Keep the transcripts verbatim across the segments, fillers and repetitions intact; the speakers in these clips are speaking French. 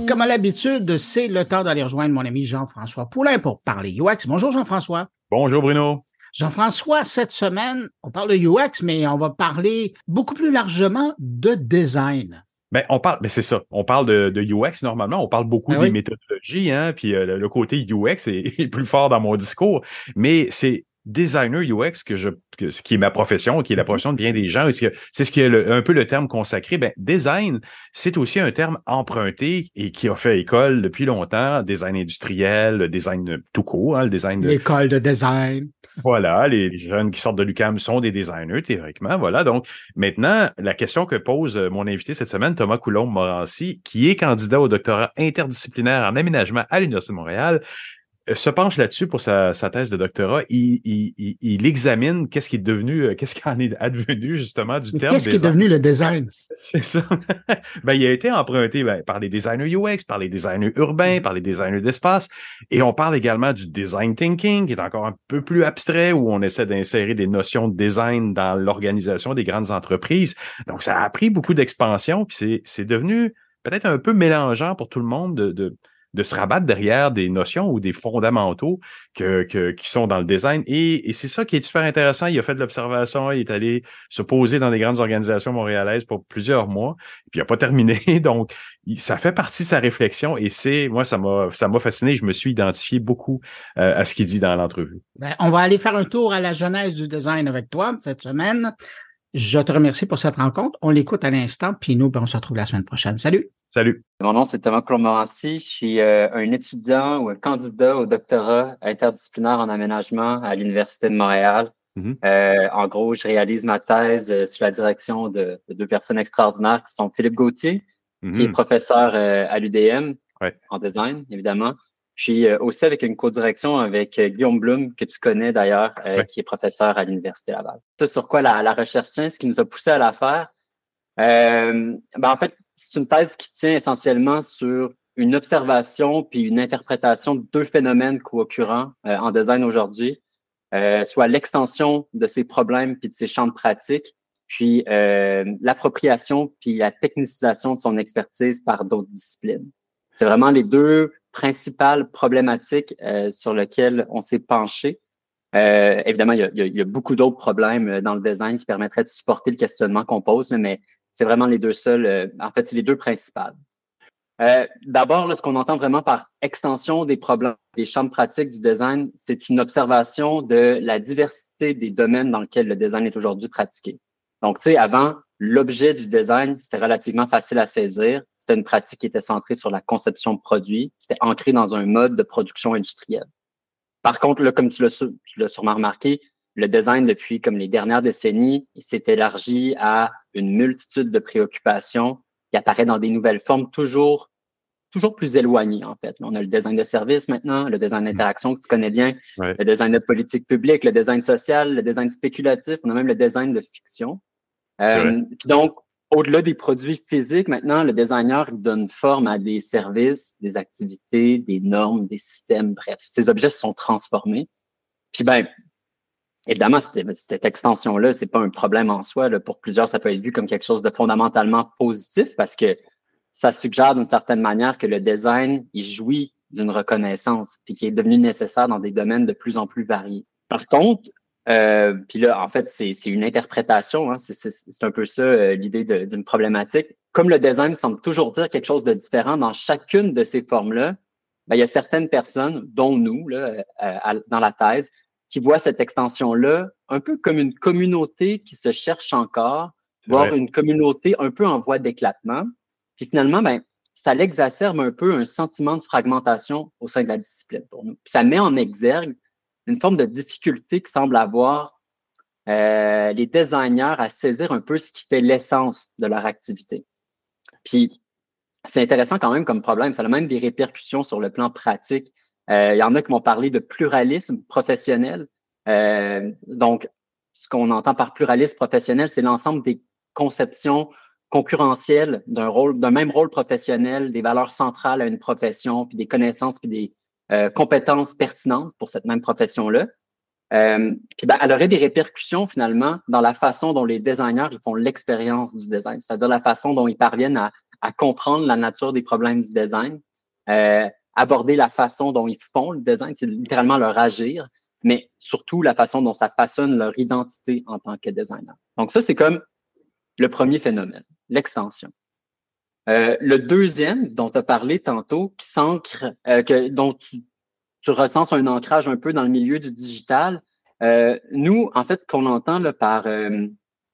Comme à l'habitude, c'est le temps d'aller rejoindre mon ami Jean-François Poulain pour parler U X. Bonjour Jean-François. Bonjour Bruno. Jean-François, cette semaine, on parle de U X, mais on va parler beaucoup plus largement de design. Ben, on parle, ben c'est ça. On parle de, de U X normalement. On parle beaucoup Ah des oui? méthodologies, hein, puis euh, le, le côté U X est, est plus fort dans mon discours. Mais c'est designer U X que je, que, ce qui est ma profession, qui est la profession de bien des gens. Est-ce que c'est ce qui est le, un peu le terme consacré. Ben, design, c'est aussi un terme emprunté et qui a fait école depuis longtemps. Design industriel, le design tout court, hein, le design de L'école de design. Voilà, les jeunes qui sortent de l'U Q A M sont des designers, théoriquement. Voilà. Donc, maintenant, la question que pose mon invité cette semaine, Thomas Coulombe-Morancy, qui est candidat au doctorat interdisciplinaire en aménagement à l'Université de Montréal, se penche là-dessus pour sa, sa thèse de doctorat. Il, il, il, il examine qu'est-ce qui est devenu, qu'est-ce qui en est advenu, justement, du Mais terme qu'est-ce qui est design. devenu le design? C'est ça. Ben, il a été emprunté ben, par les designers U X, par les designers urbains, par les designers d'espace. Et on parle également du design thinking, qui est encore un peu plus abstrait, où on essaie d'insérer des notions de design dans l'organisation des grandes entreprises. Donc, ça a pris beaucoup d'expansion, puis c'est, c'est devenu peut-être un peu mélangeant pour tout le monde de, de de se rabattre derrière des notions ou des fondamentaux que, que, qui sont dans le design. Et, et c'est ça qui est super intéressant. Il a fait de l'observation, il est allé se poser dans des grandes organisations montréalaises pour plusieurs mois, puis il n'a pas terminé. Donc, il, ça fait partie de sa réflexion et c'est, moi, ça m'a, ça m'a fasciné. Je me suis identifié beaucoup euh, à ce qu'il dit dans l'entrevue. Ben, on va aller faire un tour à la genèse du design avec toi cette semaine. Je te remercie pour cette rencontre. On l'écoute à l'instant, puis nous, ben, on se retrouve la semaine prochaine. Salut! Salut. Mon nom, c'est Thomas Coulombe-Morancy. Je suis euh, un étudiant ou un candidat au doctorat interdisciplinaire en aménagement à l'Université de Montréal. Mm-hmm. Euh, en gros, je réalise ma thèse euh, sous la direction de, de deux personnes extraordinaires qui sont Philippe Gauthier, mm-hmm. qui est professeur euh, à l'U D M ouais. en design, évidemment. Puis euh, aussi avec une co-direction avec euh, Guillaume Blum, que tu connais d'ailleurs, euh, ouais. qui est professeur à l'Université Laval. Ça, sur quoi la, la recherche tient, ce qui nous a poussé à la faire, euh, ben en fait, c'est une thèse qui tient essentiellement sur une observation puis une interprétation de deux phénomènes co-occurrents euh, en design aujourd'hui, euh, soit l'extension de ces problèmes puis de ces champs de pratique, puis euh, l'appropriation puis la technicisation de son expertise par d'autres disciplines. C'est vraiment les deux principales problématiques euh, sur lesquelles on s'est penché. Euh, évidemment, il y, a, il y a beaucoup d'autres problèmes dans le design qui permettraient de supporter le questionnement qu'on pose, mais c'est vraiment les deux seuls. Euh, en fait, c'est les deux principales. Euh, d'abord, là, ce qu'on entend vraiment par extension des problèmes, des champs de pratique du design, c'est une observation de la diversité des domaines dans lesquels le design est aujourd'hui pratiqué. Donc, tu sais, avant, l'objet du design, c'était relativement facile à saisir. C'était une pratique qui était centrée sur la conception de produits. C'était ancré dans un mode de production industrielle. Par contre, là, comme tu l'as, tu l'as sûrement remarqué, le design, depuis comme les dernières décennies, il s'est élargi à une multitude de préoccupations qui apparaissent dans des nouvelles formes toujours, toujours plus éloignées, en fait. On a le design de service maintenant, le design d'interaction que tu connais bien, ouais. le design de politique publique, le design social, le design spéculatif, on a même le design de fiction. Euh, puis donc, au-delà des produits physiques, maintenant, le designer donne forme à des services, des activités, des normes, des systèmes, bref. Ces objets se sont transformés. Puis ben, évidemment, cette, cette extension-là, c'est pas un problème en soi. Là. Pour plusieurs, ça peut être vu comme quelque chose de fondamentalement positif parce que ça suggère d'une certaine manière que le design, il jouit d'une reconnaissance puis qui est devenu nécessaire dans des domaines de plus en plus variés. Par contre, Euh, puis là, en fait, c'est, c'est une interprétation, hein, c'est, c'est, c'est un peu ça euh, l'idée de, d'une problématique. Comme le design semble toujours dire quelque chose de différent dans chacune de ces formes-là, ben, il y a certaines personnes, dont nous, là, euh, à, dans la thèse, qui voient cette extension-là un peu comme une communauté qui se cherche encore, c'est voire vrai. Une communauté un peu en voie d'éclatement. Puis finalement, ben, ça l'exacerbe un peu un sentiment de fragmentation au sein de la discipline pour nous. Puis ça met en exergue une forme de difficulté qui semble avoir euh, les designers à saisir un peu ce qui fait l'essence de leur activité. Puis, c'est intéressant quand même comme problème. Ça a même des répercussions sur le plan pratique. Euh, il y en a qui m'ont parlé de pluralisme professionnel. Euh, donc, ce qu'on entend par pluralisme professionnel, c'est l'ensemble des conceptions concurrentielles d'un rôle, d'un même rôle professionnel, des valeurs centrales à une profession, puis des connaissances, puis des Euh, compétences pertinentes pour cette même profession-là. Euh, puis ben, elle aurait des répercussions finalement dans la façon dont les designers ils font l'expérience du design, c'est-à-dire la façon dont ils parviennent à, à comprendre la nature des problèmes du design, euh, aborder la façon dont ils font le design, c'est littéralement leur agir, mais surtout la façon dont ça façonne leur identité en tant que designer. Donc ça, c'est comme le premier phénomène, l'extension. Euh, le deuxième, dont tu as parlé tantôt, qui s'ancre, euh, que, dont tu, tu recenses un ancrage un peu dans le milieu du digital, euh, nous, en fait, qu'on entend là, par euh,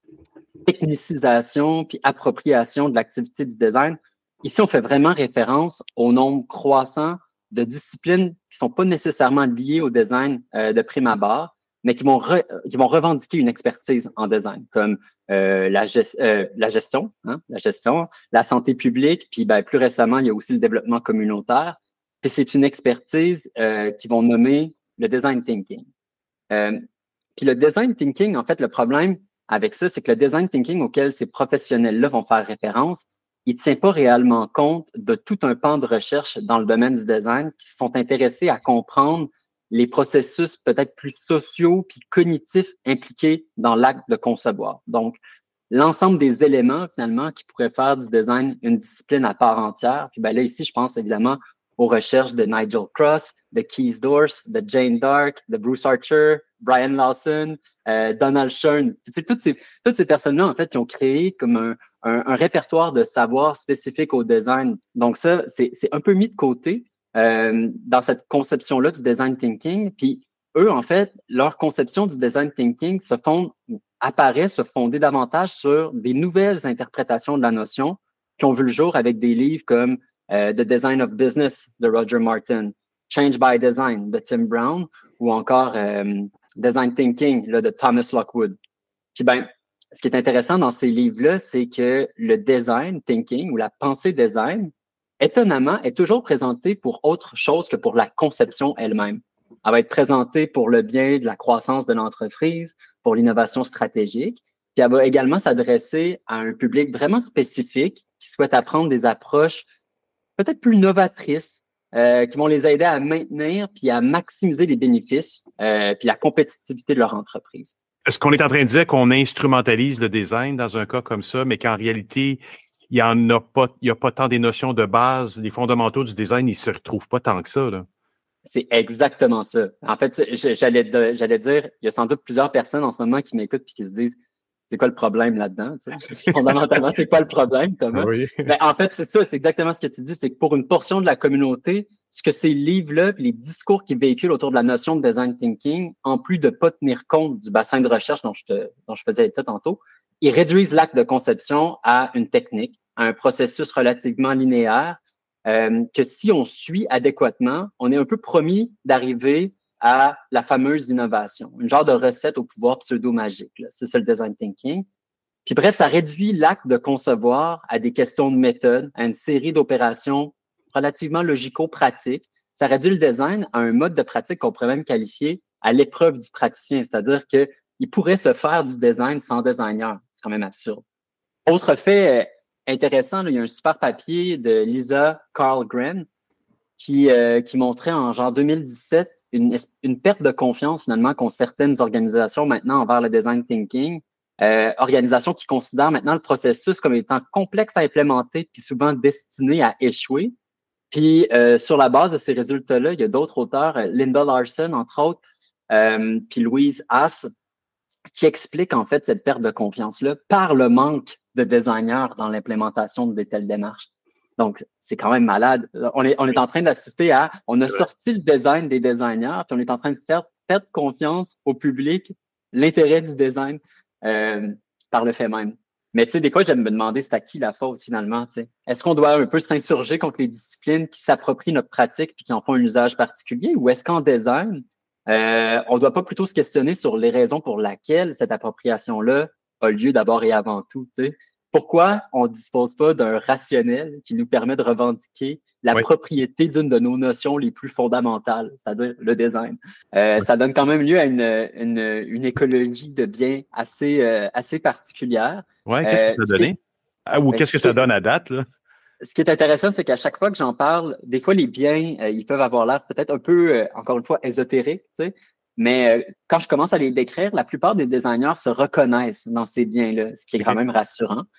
technicisation puis appropriation de l'activité du design, ici, on fait vraiment référence au nombre croissant de disciplines qui sont pas nécessairement liées au design euh, de prime abord, mais qui vont, re, qui vont revendiquer une expertise en design, comme euh, la, gest, euh, la gestion, hein, la gestion, la santé publique, puis ben, plus récemment, il y a aussi le développement communautaire. Puis c'est une expertise euh, qu'ils vont nommer le design thinking. Euh, puis le design thinking, en fait, le problème avec ça, c'est que le design thinking auquel ces professionnels-là vont faire référence, il ne tient pas réellement compte de tout un pan de recherche dans le domaine du design qui sont intéressés à comprendre les processus peut-être plus sociaux puis cognitifs impliqués dans l'acte de concevoir. Donc, l'ensemble des éléments, finalement, qui pourraient faire du design une discipline à part entière. Puis ben là, ici, je pense évidemment aux recherches de Nigel Cross, de Keith Dorse, de Jane Dark, de Bruce Archer, Brian Lawson, euh, Donald Shern. C'est toutes ces, toutes ces personnes-là, en fait, qui ont créé comme un, un, un répertoire de savoir spécifique au design. Donc ça, c'est, c'est un peu mis de côté euh, dans cette conception-là du design thinking. Puis eux, en fait, leur conception du design thinking se fonde, apparaît se fonder davantage sur des nouvelles interprétations de la notion qui ont vu le jour avec des livres comme euh, The Design of Business de Roger Martin, Change by Design de Tim Brown ou encore euh, Design Thinking là, de Thomas Lockwood. Puis ben, ce qui est intéressant dans ces livres-là, c'est que le design thinking ou la pensée design, étonnamment, est toujours présentée pour autre chose que pour la conception elle-même. Elle va être présentée pour le bien de la croissance de l'entreprise, pour l'innovation stratégique. Puis elle va également s'adresser à un public vraiment spécifique qui souhaite apprendre des approches peut-être plus novatrices, euh, qui vont les aider à maintenir puis à maximiser les bénéfices euh, puis la compétitivité de leur entreprise. Est-ce qu'on est en train de dire qu'on instrumentalise le design dans un cas comme ça, mais qu'en réalité, il y en a pas, il y a pas tant des notions de base, les fondamentaux du design, ils se retrouvent pas tant que ça, là? C'est exactement ça. En fait, j'allais, j'allais dire, il y a sans doute plusieurs personnes en ce moment qui m'écoutent et qui se disent, c'est quoi le problème là-dedans? Tu sais? Fondamentalement, c'est quoi le problème, Thomas? Oui. Ben, en fait, c'est ça, c'est exactement ce que tu dis, c'est que pour une portion de la communauté, ce que ces livres-là, les discours qui véhiculent autour de la notion de design thinking, en plus de pas tenir compte du bassin de recherche dont je te, dont je faisais état tantôt, ils réduisent l'acte de conception à une technique, à un processus relativement linéaire, Euh, que si on suit adéquatement, on est un peu promis d'arriver à la fameuse innovation, une genre de recette au pouvoir pseudo-magique. Là. C'est ça le design thinking. Puis bref, ça réduit l'acte de concevoir à des questions de méthode, à une série d'opérations relativement logico-pratiques. Ça réduit le design à un mode de pratique qu'on pourrait même qualifier à l'épreuve du praticien, c'est-à-dire qu'il pourrait se faire du design sans designer. C'est quand même absurde. Autre fait intéressant, là, il y a un super papier de Lisa Karlgren qui, euh, qui montrait en genre deux mille dix-sept une, une perte de confiance finalement qu'ont certaines organisations maintenant envers le design thinking, euh, organisations qui considèrent maintenant le processus comme étant complexe à implémenter puis souvent destiné à échouer. Puis euh, sur la base de ces résultats-là, il y a d'autres auteurs, Linda Larson entre autres, euh, puis Louise Haas, qui expliquent en fait cette perte de confiance-là par le manque de designers dans l'implémentation de telles démarches. Donc, c'est quand même malade. On est, on est en train d'assister à, on a sorti le design des designers, puis on est en train de faire perdre confiance au public, l'intérêt du design euh, par le fait même. Mais tu sais, des fois, j'aime me demander c'est à qui la faute finalement. Tu sais. Est-ce qu'on doit un peu s'insurger contre les disciplines qui s'approprient notre pratique puis qui en font un usage particulier, ou est-ce qu'en design, euh, on ne doit pas plutôt se questionner sur les raisons pour lesquelles cette appropriation-là a lieu d'abord et avant tout, tu sais. Pourquoi on ne dispose pas d'un rationnel qui nous permet de revendiquer la oui. propriété d'une de nos notions les plus fondamentales, c'est-à-dire le design. Euh, oui. Ça donne quand même lieu à une, une, une écologie de biens assez, euh, assez particulière. Oui, qu'est-ce que ça a donné? Ah, ou ben, qu'est-ce que ça donne à date, là? Ce qui est intéressant, c'est qu'à chaque fois que j'en parle, des fois, les biens, euh, ils peuvent avoir l'air peut-être un peu, euh, encore une fois, ésotériques, tu sais. Mais euh, quand je commence à les décrire, la plupart des designers se reconnaissent dans ces biens-là, ce qui est quand même rassurant.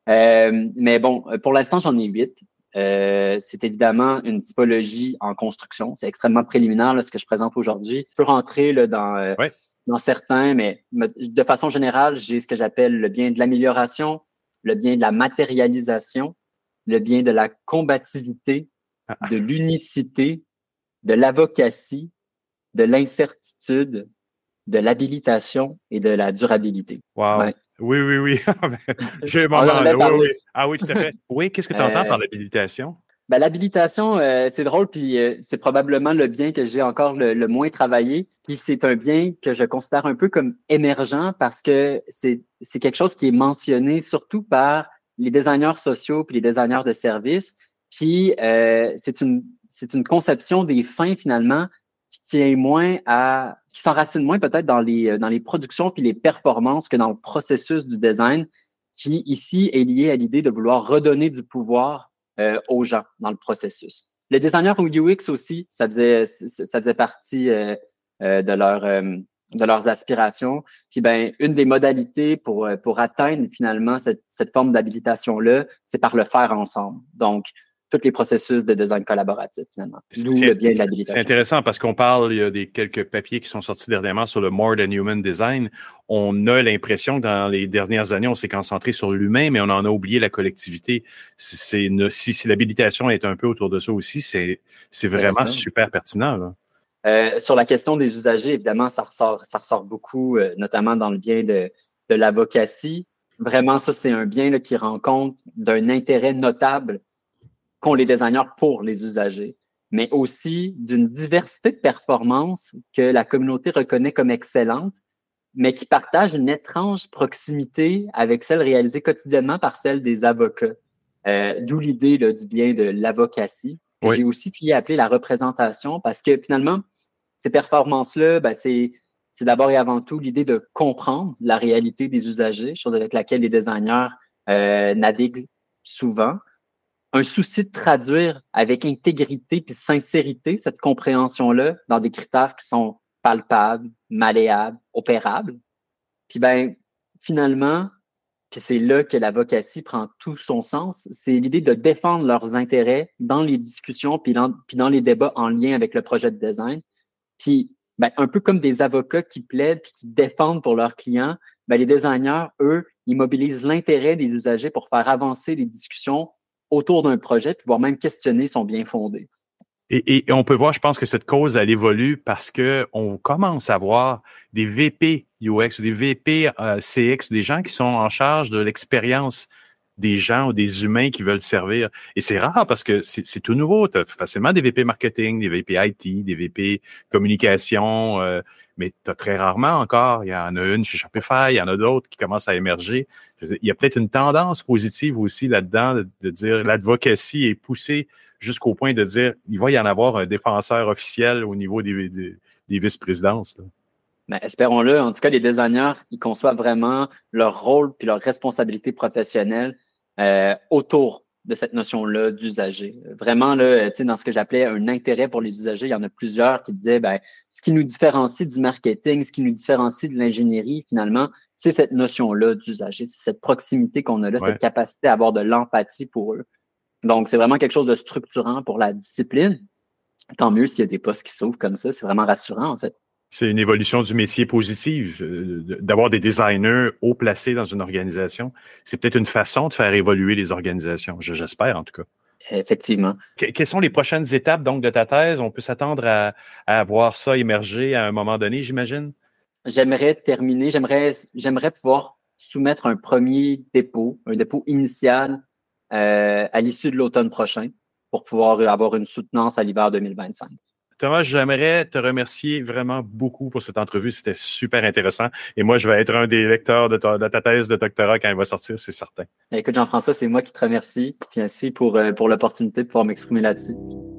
Euh, mais bon, pour l'instant, j'en ai huit. Euh, c'est évidemment une typologie en construction. C'est extrêmement préliminaire, là, ce que je présente aujourd'hui. Je peux rentrer là, dans, euh, ouais. dans certains, mais de façon générale, j'ai ce que j'appelle le bien de l'amélioration, le bien de la matérialisation, le bien de la combativité, de l'unicité, de l'avocatie, de l'incertitude, de l'habilitation et de la durabilité. Wow. Ouais. Oui, oui, oui. J'ai un moment là. Oui, oui. Ah oui, tout à fait. Oui, qu'est-ce que tu entends euh, par l'habilitation? Ben, l'habilitation, euh, c'est drôle, puis euh, c'est probablement le bien que j'ai encore le, le moins travaillé. Puis c'est un bien que je considère un peu comme émergent parce que c'est, c'est quelque chose qui est mentionné surtout par les designers sociaux puis les designers de services. Puis euh, c'est une c'est une conception des fins finalement qui tient moins à qui s'enracine moins peut-être dans les dans les productions puis les performances que dans le processus du design, qui ici est lié à l'idée de vouloir redonner du pouvoir euh, aux gens dans le processus. Les designers U X aussi, ça faisait ça faisait partie euh, euh, de leur euh, de leurs aspirations. Puis ben une des modalités pour pour atteindre finalement cette cette forme d'habilitation là, c'est par le faire ensemble. Donc tous les processus de design collaboratif, finalement. D'où le bien de l'habilitation. C'est intéressant parce qu'on parle, il y a des quelques papiers qui sont sortis dernièrement sur le More Than Human Design. On a l'impression que dans les dernières années, on s'est concentré sur l'humain, mais on en a oublié la collectivité. C'est une, si, si l'habilitation est un peu autour de ça aussi, c'est, c'est vraiment super pertinent, là. Euh, sur la question des usagers, évidemment, ça ressort, ça ressort beaucoup, euh, notamment dans le bien de, de l'avocatie. Vraiment, ça, c'est un bien là, qui rend compte d'un intérêt notable qu'ont les designers pour les usagers, mais aussi d'une diversité de performances que la communauté reconnaît comme excellente, mais qui partage une étrange proximité avec celle réalisée quotidiennement par celle des avocats. Euh, d'où l'idée là, du bien de l'avocatie. Oui. J'ai aussi pu y appeler la représentation parce que finalement, ces performances-là, ben, c'est, c'est d'abord et avant tout l'idée de comprendre la réalité des usagers, chose avec laquelle les designers euh, naviguent souvent. Un souci de traduire avec intégrité puis sincérité cette compréhension-là dans des critères qui sont palpables, malléables, opérables. Puis ben finalement, puis c'est là que l'avocatie prend tout son sens, c'est l'idée de défendre leurs intérêts dans les discussions puis dans, puis dans les débats en lien avec le projet de design. Puis ben, un peu comme des avocats qui plaident puis qui défendent pour leurs clients, ben, les designers, eux, ils mobilisent l'intérêt des usagers pour faire avancer les discussions autour d'un projet, puis voire même questionner son bien fondé. Et, et on peut voir, je pense que cette cause, elle évolue parce que on commence à voir des V P U X ou des V P euh, C X, des gens qui sont en charge de l'expérience des gens ou des humains qui veulent servir. Et c'est rare parce que c'est, c'est tout nouveau. Tu as facilement des V P marketing, des V P I T, des V P communication, euh, mais tu as très rarement encore. Il y en a une chez Shopify, il y en a d'autres qui commencent à émerger. Il y a peut-être une tendance positive aussi là-dedans de, de dire l'advocacy est poussée jusqu'au point de dire il va y en avoir un défenseur officiel au niveau des, des, des vice-présidences, là. Ben, espérons-le. En tout cas, les designers, ils conçoivent vraiment leur rôle puis leur responsabilité professionnelle euh, autour de cette notion-là d'usager. Vraiment, là, tu sais, dans ce que j'appelais un intérêt pour les usagers, il y en a plusieurs qui disaient, ben, ce qui nous différencie du marketing, ce qui nous différencie de l'ingénierie, finalement, c'est cette notion-là d'usager, c'est cette proximité qu'on a là, ouais. Cette capacité à avoir de l'empathie pour eux. Donc, c'est vraiment quelque chose de structurant pour la discipline. Tant mieux s'il y a des postes qui s'ouvrent comme ça, c'est vraiment rassurant, en fait. C'est une évolution du métier positive, d'avoir des designers haut placés dans une organisation. C'est peut-être une façon de faire évoluer les organisations, j'espère en tout cas. Effectivement. Que, quelles sont les prochaines étapes donc de ta thèse? On peut s'attendre à, à voir ça émerger à un moment donné, j'imagine? J'aimerais terminer, j'aimerais, j'aimerais pouvoir soumettre un premier dépôt, un dépôt initial euh, à l'issue de l'automne prochain pour pouvoir avoir une soutenance à l'hiver deux mille vingt-cinq. Thomas, j'aimerais te remercier vraiment beaucoup pour cette entrevue. C'était super intéressant. Et moi, je vais être un des lecteurs de ta, de ta thèse de doctorat quand elle va sortir, c'est certain. Écoute, Jean-François, c'est moi qui te remercie. Puis merci pour, pour l'opportunité de pouvoir m'exprimer là-dessus.